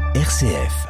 RCF.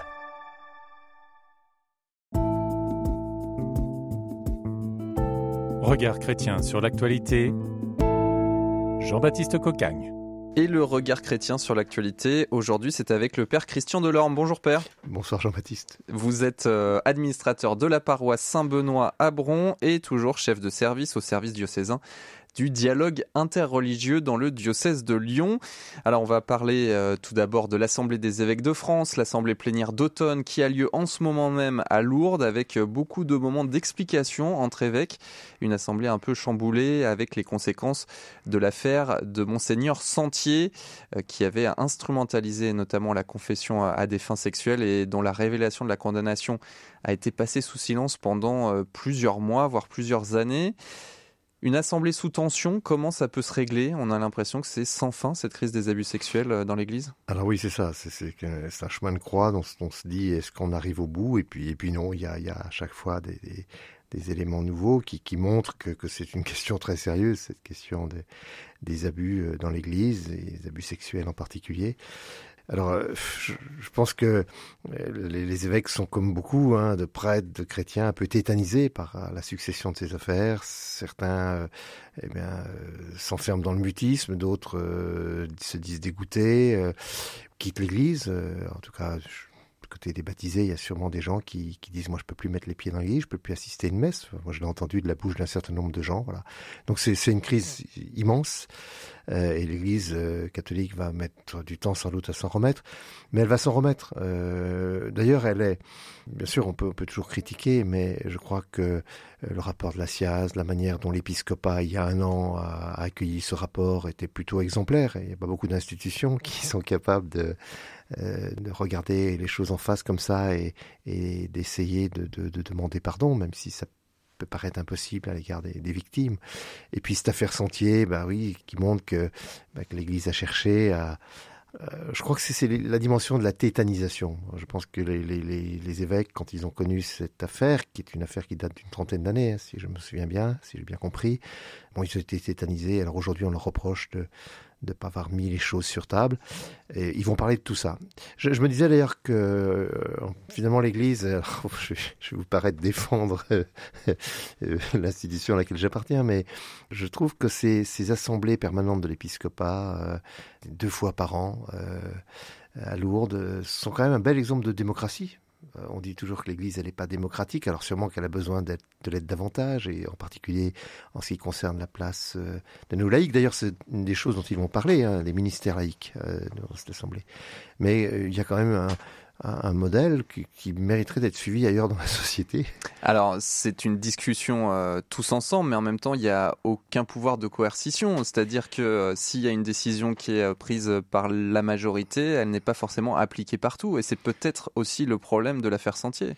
Regard chrétien sur l'actualité, Jean-Baptiste Cocagne. Et le regard chrétien sur l'actualité, aujourd'hui c'est avec le Père Christian Delorme. Bonjour Père. Bonsoir Jean-Baptiste. Vous êtes administrateur de la paroisse Saint-Benoît à Bron et toujours chef de service au service diocésain du dialogue interreligieux dans le diocèse de Lyon. Alors on va parler tout d'abord de l'Assemblée des évêques de France, l'Assemblée plénière d'automne qui a lieu en ce moment même à Lourdes avec beaucoup de moments d'explication entre évêques. Une assemblée un peu chamboulée avec les conséquences de l'affaire de Monseigneur Sentier qui avait instrumentalisé notamment la confession à des fins sexuelles et dont la révélation de la condamnation a été passée sous silence pendant plusieurs mois, voire plusieurs années. Une assemblée sous tension, comment ça peut se régler ? On a l'impression que c'est sans fin, cette crise des abus sexuels dans l'Église. Alors oui, c'est ça, c'est un chemin de croix dont on se dit, est-ce qu'on arrive au bout ? Et puis non, il y a à chaque fois des éléments nouveaux qui montrent que c'est une question très sérieuse, cette question des abus dans l'Église, et des abus sexuels en particulier. Alors, je pense que les évêques sont comme beaucoup de prêtres, de chrétiens, un peu tétanisés par la succession de ces affaires. Certains s'enferment dans le mutisme, d'autres se disent dégoûtés, quittent l'Église. En tout cas, du côté des baptisés, il y a sûrement des gens qui disent « moi, je peux plus mettre les pieds dans l'Église, je peux plus assister à une messe ». Moi, je l'ai entendu de la bouche d'un certain nombre de gens. Voilà. Donc, c'est une crise immense. Et l'Église catholique va mettre du temps sans doute à s'en remettre, mais elle va s'en remettre. D'ailleurs, elle est, bien sûr, on peut toujours critiquer, mais je crois que le rapport de la SIAZ, la manière dont l'épiscopat, il y a un an, a accueilli ce rapport était plutôt exemplaire. Et il n'y a pas beaucoup d'institutions qui sont capables de regarder les choses en face comme ça et d'essayer de demander pardon, même si ça peut paraître impossible à l'égard des victimes. Et puis cette affaire Sentier, qui montre que l'Église a cherché à... je crois que c'est la dimension de la tétanisation. Je pense que les évêques, quand ils ont connu cette affaire, qui est une affaire qui date d'une trentaine d'années, si je me souviens bien, si j'ai bien compris, ils ont été tétanisés. Alors aujourd'hui, on leur reproche de ne pas avoir mis les choses sur table. Et ils vont parler de tout ça. Je me disais d'ailleurs que finalement l'Église, je vais vous paraître défendre l'institution à laquelle j'appartiens, mais je trouve que ces assemblées permanentes de l'épiscopat, 2 fois par an à Lourdes, sont quand même un bel exemple de démocratie. On dit toujours que l'Église, elle n'est pas démocratique, alors sûrement qu'elle a besoin de l'être davantage, et en particulier en ce qui concerne la place de nos laïcs. D'ailleurs, c'est une des choses dont ils vont parler, des ministères laïcs dans cette assemblée. Mais il y a quand même un modèle qui mériterait d'être suivi ailleurs dans la société. Alors, c'est une discussion tous ensemble, mais en même temps, il n'y a aucun pouvoir de coercition. C'est-à-dire que s'il y a une décision qui est prise par la majorité, elle n'est pas forcément appliquée partout. Et c'est peut-être aussi le problème de l'affaire Sentier.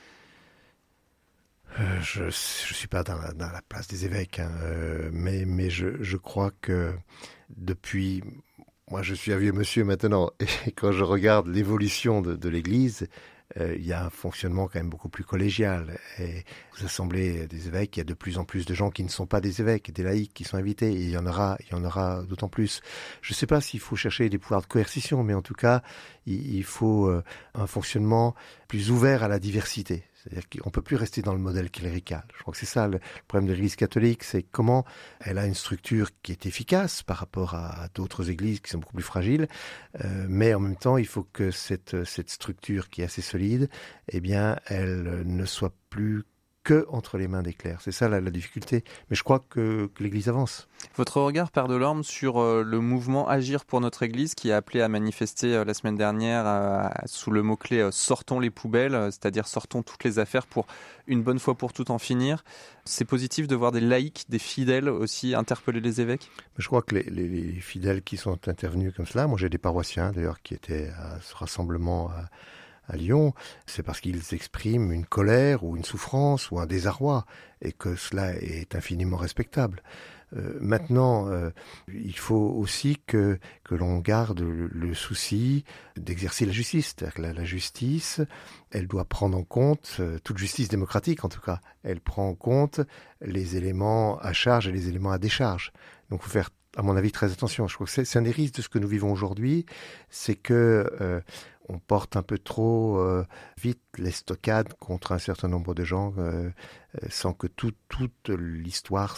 Je suis pas dans la place des évêques, mais je crois que depuis... Moi, je suis un vieux monsieur maintenant, et quand je regarde l'évolution de l'Église, il y a un fonctionnement quand même beaucoup plus collégial. Et aux assemblées des évêques, il y a de plus en plus de gens qui ne sont pas des évêques, des laïcs qui sont invités, et il y en aura d'autant plus. Je ne sais pas s'il faut chercher des pouvoirs de coercition, mais en tout cas, il faut un fonctionnement plus ouvert à la diversité. C'est-à-dire qu'on ne peut plus rester dans le modèle clérical. Je crois que c'est ça le problème de l'Église catholique, c'est comment elle a une structure qui est efficace par rapport à d'autres églises qui sont beaucoup plus fragiles, mais en même temps, il faut que cette structure qui est assez solide, elle ne soit plus que entre les mains des clercs. C'est ça la difficulté. Mais je crois que l'Église avance. Votre regard, Père Delorme, sur le mouvement Agir pour notre Église qui a appelé à manifester la semaine dernière sous le mot-clé « Sortons les poubelles », c'est-à-dire sortons toutes les affaires pour une bonne fois pour toutes en finir. C'est positif de voir des laïcs, des fidèles aussi interpeller les évêques ? Je crois que les fidèles qui sont intervenus comme cela, moi j'ai des paroissiens d'ailleurs qui étaient à ce rassemblement à Lyon, c'est parce qu'ils expriment une colère ou une souffrance ou un désarroi, et que cela est infiniment respectable. Maintenant, il faut aussi que l'on garde le souci d'exercer la justice. C'est-à-dire que la justice, elle doit prendre en compte, toute justice démocratique en tout cas, elle prend en compte les éléments à charge et les éléments à décharge. Donc il faut faire, à mon avis, très attention. Je crois que c'est un des risques de ce que nous vivons aujourd'hui, c'est que on porte un peu trop vite l'estocade contre un certain nombre de gens sans que toute l'histoire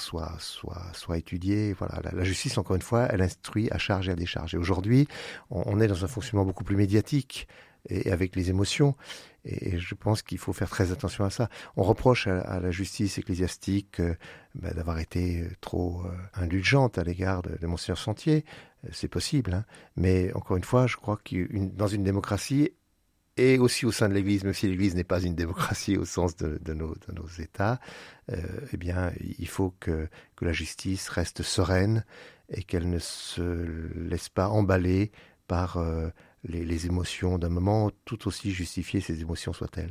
soit étudiée. Voilà, la justice, encore une fois, elle instruit à charge et à décharge. Et aujourd'hui, on est dans un fonctionnement beaucoup plus médiatique et avec les émotions. Et je pense qu'il faut faire très attention à ça. On reproche à la justice ecclésiastique d'avoir été trop indulgente à l'égard de Monseigneur Sentier. C'est possible, hein. Mais encore une fois, je crois que dans une démocratie, et aussi au sein de l'Église, même si l'Église n'est pas une démocratie au sens de nos États, eh bien, il faut que la justice reste sereine et qu'elle ne se laisse pas emballer par les émotions d'un moment, tout aussi justifiées ces émotions soient-elles.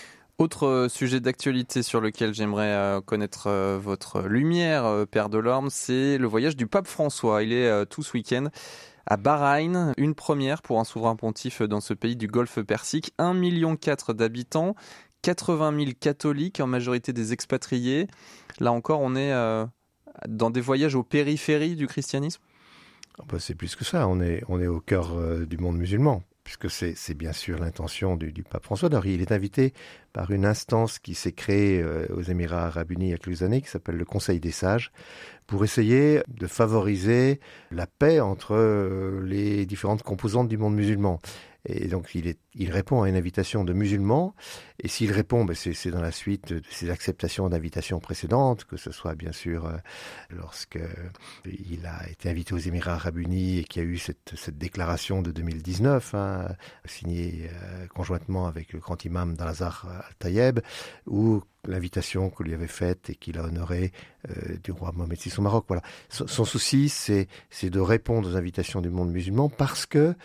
Autre sujet d'actualité sur lequel j'aimerais connaître votre lumière, Père Delorme, c'est le voyage du pape François. Il est tout ce week-end à Bahreïn, une première pour un souverain pontife dans ce pays du Golfe Persique. 1,4 million d'habitants, 80 000 catholiques, en majorité des expatriés. Là encore, on est dans des voyages aux périphéries du christianisme. C'est plus que ça, on est au cœur du monde musulman, puisque c'est bien sûr l'intention du pape François. D'ailleurs, il est invité par une instance qui s'est créée aux Émirats Arabes Unis il y a quelques années, qui s'appelle le Conseil des Sages, pour essayer de favoriser la paix entre les différentes composantes du monde musulman. Et donc, il répond à une invitation de musulmans. Et s'il répond, c'est dans la suite de ses acceptations d'invitations précédentes, que ce soit bien sûr lorsque il a été invité aux Émirats Arabes Unis et qu'il y a eu cette déclaration de 2019, signée conjointement avec le grand imam d'Al-Azhar Al-Tayeb, ou l'invitation qu'on lui avait faite et qu'il a honorée du roi Mohamed VI au Maroc. Voilà. Son souci, c'est de répondre aux invitations du monde musulman parce que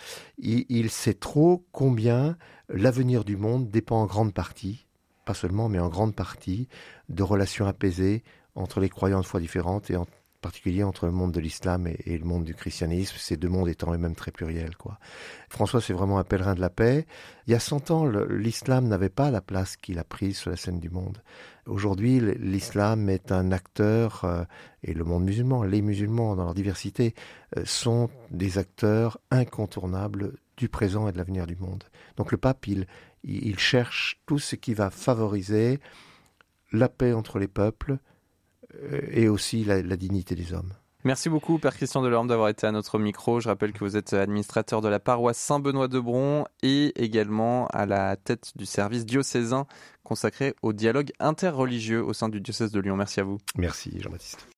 il sait trop combien l'avenir du monde dépend en grande partie, pas seulement, mais en grande partie, de relations apaisées entre les croyants de foi différentes et en particulier entre le monde de l'islam et le monde du christianisme, ces deux mondes étant eux-mêmes très pluriels, quoi. François, c'est vraiment un pèlerin de la paix. Il y a 100 ans, l'islam n'avait pas la place qu'il a prise sur la scène du monde. Aujourd'hui, l'islam est un acteur, et le monde musulman, les musulmans dans leur diversité, sont des acteurs incontournables du présent et de l'avenir du monde. Donc le pape, il cherche tout ce qui va favoriser la paix entre les peuples, et aussi la dignité des hommes. Merci beaucoup, Père Christian Delorme, d'avoir été à notre micro. Je rappelle que vous êtes administrateur de la paroisse Saint-Benoît-de-Bron et également à la tête du service diocésain consacré au dialogue interreligieux au sein du diocèse de Lyon. Merci à vous. Merci, Jean-Baptiste.